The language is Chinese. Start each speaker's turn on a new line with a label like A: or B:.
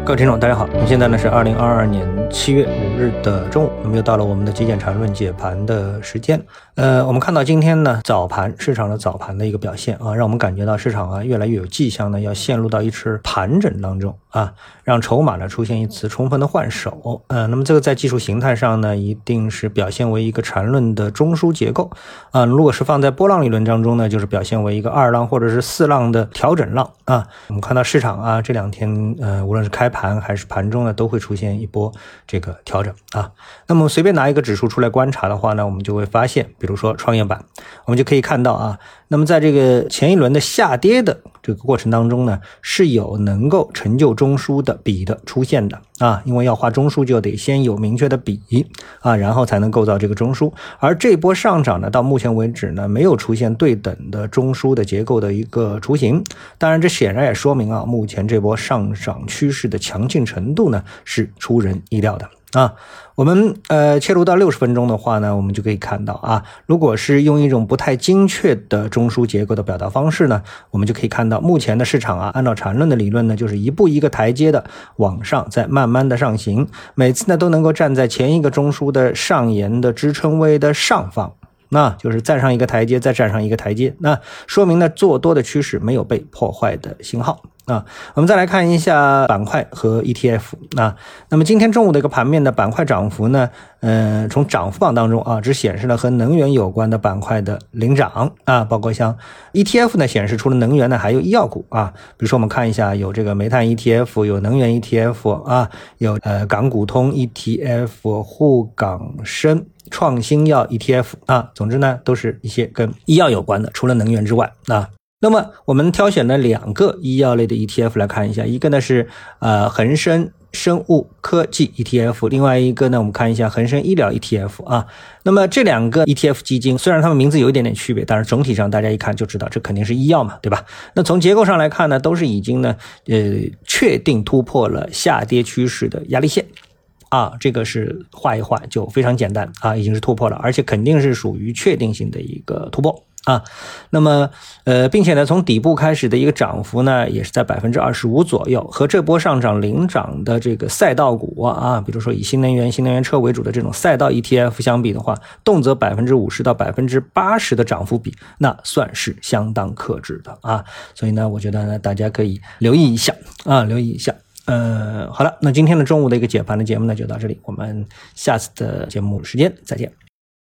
A: 各位听众大家好，那现在呢是2022年7月5日的中午，那么又到了我们的极简缠论解盘的时间。我们看到今天呢市场的早盘的一个表现啊，让我们感觉到市场越来越有迹象呢要陷入到一次盘整当中啊，让筹码呢出现一次充分的换手。那么这个在技术形态上呢一定是表现为一个缠论的中枢结构啊，如果是放在波浪理论当中呢，就是表现为一个二浪或者是四浪的调整浪啊。我们看到市场这两天无论是开盘还是盘中呢都会出现一波这个调整啊。那么随便拿一个指数出来观察的话呢，我们就会发现，比如说创业板，我们就可以看到那么在这个前一轮的下跌的这个过程当中呢，是有能够成就中枢的比的出现的啊，因为要画中枢就得先有明确的比啊，然后才能构造这个中枢。而这波上涨呢，到目前为止呢，没有出现对等的中枢的结构的一个雏形。当然，这显然也说明目前这波上涨趋势的强劲程度呢，是出人意料的。我们切入到60分钟的话呢，我们就可以看到如果是用一种不太精确的中枢结构的表达方式呢，我们就可以看到目前的市场按照缠论的理论呢，就是一步一个台阶的往上再慢慢的上行，每次呢都能够站在前一个中枢的上沿的支撑位的上方，那就是站上一个台阶再站上一个台阶，那说明呢做多的趋势没有被破坏的信号。我们再来看一下板块和 ETF 那么今天中午的一个盘面的板块涨幅呢，从涨幅榜当中只显示了和能源有关的板块的领涨包括像 ETF 呢显示除了能源呢还有医药股比如说我们看一下有这个煤炭 ETF， 有能源 ETF 有港股通 ETF， 沪港深创新药 ETF 总之呢都是一些跟医药有关的，除了能源之外那么我们挑选了2个医药类的 ETF 来看一下，一个呢是恒生生物科技 ETF， 另外一个呢我们看一下恒生医疗 ETF 那么这2个 ETF 基金虽然它们名字有一点点区别，但是总体上大家一看就知道这肯定是医药嘛，对吧？那从结构上来看呢，都是已经呢确定突破了下跌趋势的压力线这个是画一画就非常简单已经是突破了，而且肯定是属于确定性的一个突破那么并且呢从底部开始的一个涨幅呢也是在 25% 左右，和这波上涨领涨的这个赛道股比如说以新能源车为主的这种赛道 ETF 相比的话，动辄 50% 到 80% 的涨幅比，那算是相当克制的所以呢我觉得呢大家可以留意一下好了，那今天的中午的一个解盘的节目呢就到这里，我们下次的节目时间再见。